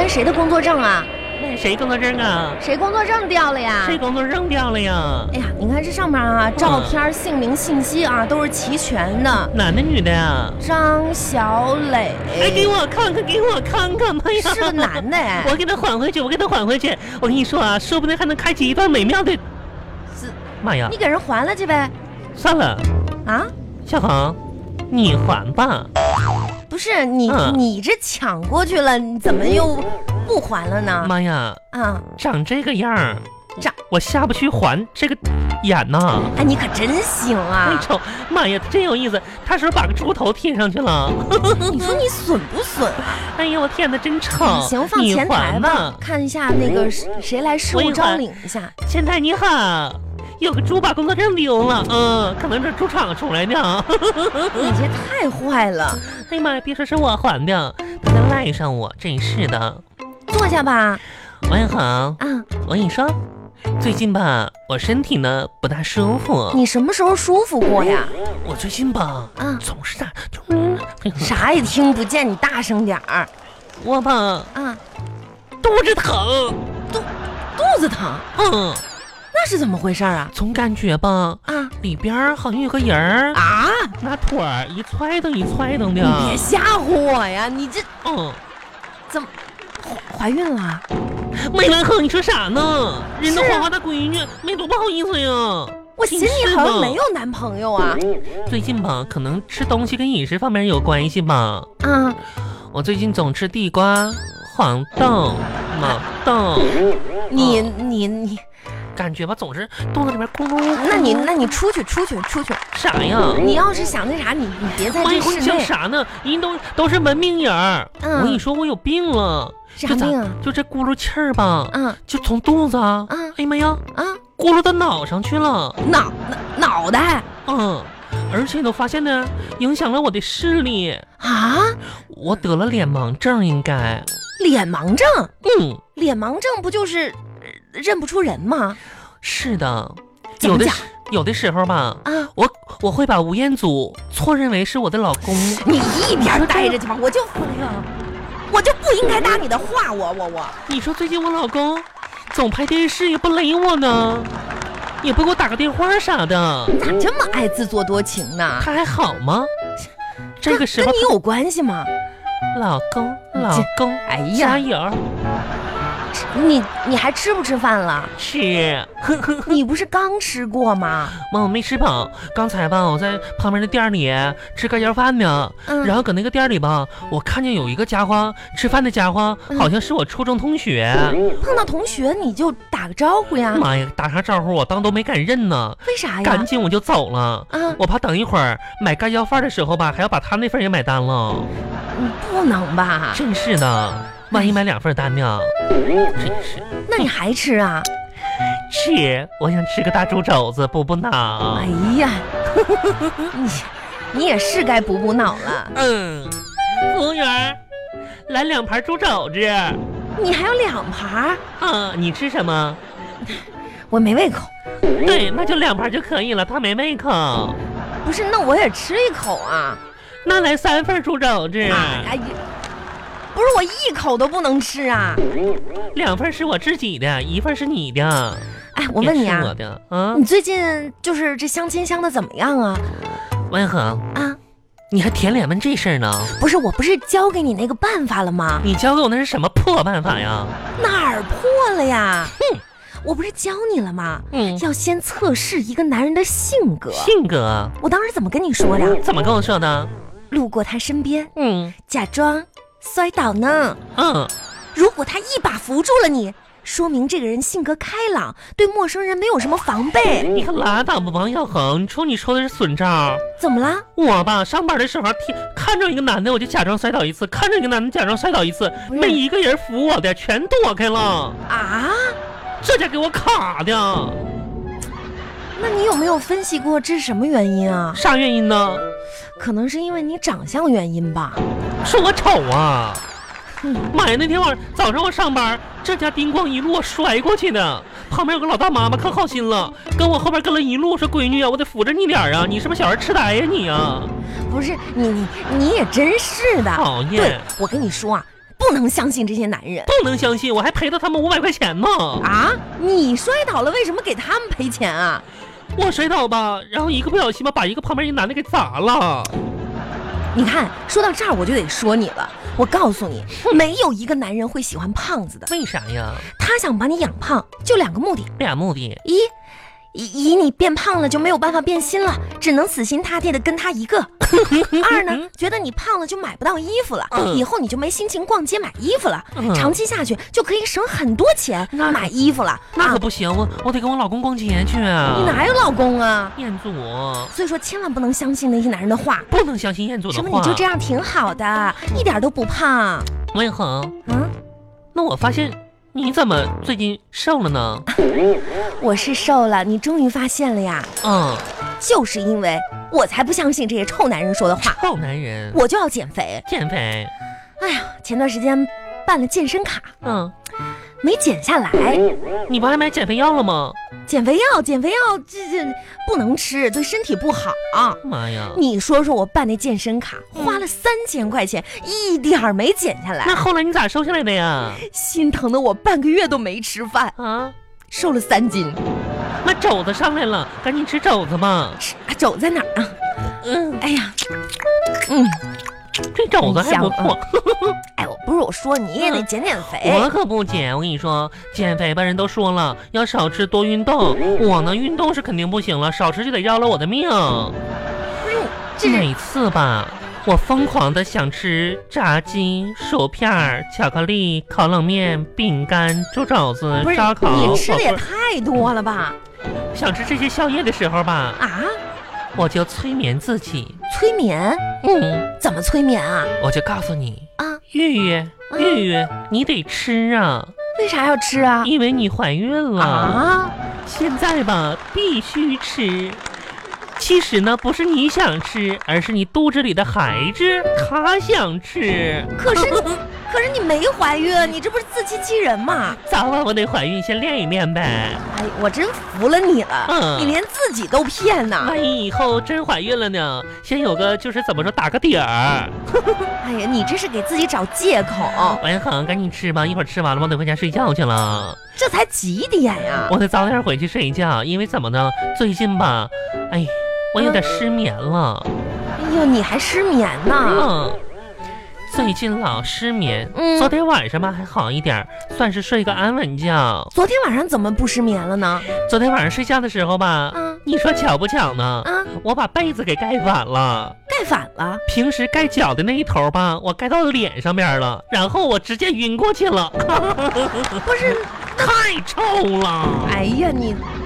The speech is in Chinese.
谁的工作证啊？ 那谁工作证啊？ 谁工作证掉了呀？ 谁工作证掉了呀？ 哎呀，你看这上面啊，照片、姓名、信息啊，都是齐全的。 男的女的呀？ 张小磊。 哎，给我看看，给我看看吧呀！ 是个男的哎。 我给他还回去，我给他还回去。我跟你说啊，说不定还能开启一段美妙的。妈呀！ 你给人还了去呗。 算了。 啊？ 小恒，你还吧。 不是你这抢过去了，你怎么又不还了呢？ 妈呀！ 啊， 长这个样儿， 长我下不去还这个眼呐！ 哎，你可真行啊！ 你瞅，妈呀，真有意思，他是不是把个猪头贴上去了？ 你说你损不损啊？ 哎呀，我天哪，真丑！ 行，放前台吧，看一下那个谁来事务招领一下。 前台你好。有个猪把工作证丢了，可能是猪场出来的。 你这太坏了！ 哎呀妈呀，别说是我还的，他在赖上我，真是的。 坐下吧。 王小恒，我跟你说，最近吧，我身体呢不大舒服。 你什么时候舒服过呀？ 我最近吧，总是啥也听不见，你大声点儿。 我吧，肚子疼， 肚子疼，那是怎么回事啊？ 总感觉吧，里边好像有个人儿啊， 拿腿儿一踹蹬一踹蹬的。 你别吓唬我呀！你这怎么怀孕了？ 没完恒，你说啥呢？人都花花的闺女，没多不好意思呀。 我寻你好像没有男朋友啊。 最近吧，可能吃东西跟饮食方面有关系吧。我最近总吃地瓜、黄豆、毛豆。 你。 感觉吧，总是肚子里面咕噜。 那你出去。 啥呀？ 你要是想那啥，你别在这室内。 想啥呢？人都是文明人儿。我跟你说，我有病了。 啥病啊？ 就这咕噜气儿吧。就从肚子哎呀妈呀咕噜到脑上去了。 脑袋。 而且都发现呢，影响了我的视力啊！ 我得了脸盲症，应该。 脸盲症？脸盲症不就是认不出人吗？ 是的，有的时候吧，我会把吴彦祖错认为是我的老公。 你一边待着去吧，我就不应该搭你的话，我。 你说最近我老公总拍电视也不理我呢，也不给我打个电话啥的。 你咋这么爱自作多情呢？ 他还好吗？这个时候跟你有关系吗？ 老公， 哎呀， 加油！ 你还吃不吃饭了？ 吃。 你不是刚吃过吗？ 妈，我没吃饱。刚才吧，我在旁边的店里吃盖浇饭呢。然后搁那个店里吧，我看见有一个家伙吃饭的家伙，好像是我初中同学。 碰到同学你就打个招呼呀。 妈呀，打啥招呼我当都没敢认呢。 为啥呀？ 赶紧我就走了。我怕等一会儿买盖浇饭的时候吧，还要把他那份也买单了。 不能吧？ 真是的。万一买2份单呢？真是。 那你还吃啊？ 吃，我想吃个大猪肘子补补脑。 哎呀，你也是该补脑了。 服务员，来2盘猪肘子。 你还有2盘？ 你吃什么？ 我没胃口。 对，那就2盘就可以了。他没胃口。 不是，那我也吃一口啊。 那来3份猪肘子。 哎呀。不是我一口都不能吃啊 ！2份是我自己的，1份是你的。 哎，我问你啊， 我的你最近就是这相亲相的怎么样啊？ 文恒你还舔脸问这事儿呢？ 不是，我不是教给你那个办法了吗？ 你教给我那是什么破办法呀？ 哪儿破了呀？我不是教你了吗？要先测试一个男人的性格。 性格？ 我当时怎么跟你说的？ 怎么跟我说的？ 路过他身边，假装摔倒呢。如果他一把扶住了你，说明这个人性格开朗，对陌生人没有什么防备。 你可拉倒吧，王小恒！你说的是损招。 怎么了？ 我吧，上班的时候看着一个男的，我就假装摔倒一次；看着一个男的，假装摔倒一次，没一个人扶我的，全躲开了。这家给我卡的。 那你有没有分析过这是什么原因啊？ 啥原因呢？ 可能是因为你长相原因吧。 说我丑啊？妈呀！那天早上我上班，这家叮咣一路我摔过去的，旁边有个老大妈妈可好心了，跟我后边跟了一路，说闺女啊，我得扶着你点啊，你是不是小孩痴呆呀你啊？ 不是你也真是的。 讨厌！ 对，我跟你说啊， 不能相信这些男人。 不能相信，我还赔了他们500块钱呢。 啊，你摔倒了，为什么给他们赔钱啊？ 我摔倒吧，然后一个不小心吧，把一个旁边一男的给砸了。 你看，说到这儿我就得说你了。我告诉你，没有一个男人会喜欢胖子的。 为啥呀？ 他想把你养胖，就2个目的。 俩目的。 一你变胖了就没有办法变心了，只能死心塌地的跟他一个。2呢，觉得你胖了就买不到衣服了，以后你就没心情逛街买衣服了，长期下去就可以省很多钱买衣服了。 那可不行，我得跟我老公逛街去啊。 你哪有老公啊？ 彦祖。 所以说千万不能相信那些男人的话， 不能相信彦祖的话。 什么你就这样挺好的，一点都不胖。 文恒，那我发现你怎么最近瘦了呢？ 我是瘦了，你终于发现了呀？就是因为我才不相信这些臭男人说的话。 臭男人， 我就要减肥。 减肥？ 哎呀，前段时间办了健身卡，没减下来。 你不还买减肥药了吗？ 减肥药这不能吃，对身体不好。 妈呀！ 你说说我办那健身卡花了3000块钱，一点儿没减下来。 那后来你咋瘦下来的呀？ 心疼的我半个月都没吃饭啊，瘦了3斤。 那肘子上来了，赶紧吃肘子吧。 肘在哪儿啊？哎呀， 这肘子还不错。 哎，我说你也得减肥。 我可不减，我跟你说，减肥吧，人都说了要少吃多运动。我呢，运动是肯定不行了，少吃就得要了我的命。每次吧，我疯狂的想吃炸鸡、薯片、巧克力、烤冷面、饼干、猪肘子、烧烤。 你吃的也太多了吧？ 想吃这些宵夜的时候吧，我就催眠自己。 催眠？怎么催眠啊？ 我就告诉你玉玉，你得吃啊。 为啥要吃啊？ 因为你怀孕了现在吧必须吃。其实呢，不是你想吃，而是你肚子里的孩子他想吃。 可是你没怀孕，你这不是自欺欺人吗？ 早晚我得怀孕，先练一练呗。 哎，我真服了你了，你连自己都骗呢。 万一以后真怀孕了呢？先有个就是怎么说打个底儿。 哎呀，你这是给自己找借口。 文恒，赶紧吃吧，一会儿吃完了我得回家睡觉去了。 这才几点呀？ 我得早点回去睡觉，因为怎么呢？最近吧，我有点失眠了。 哎呦，你还失眠呢？ 最近老失眠。昨天晚上吧还好一点，算是睡个安稳觉。 昨天晚上怎么不失眠了呢？ 昨天晚上睡觉的时候吧，你说巧不巧呢？我把被子给盖反了。 盖反了？ 平时盖脚的那一头吧，我盖到脸上边了，然后我直接晕过去了。 不是， 太臭了。 哎呀，你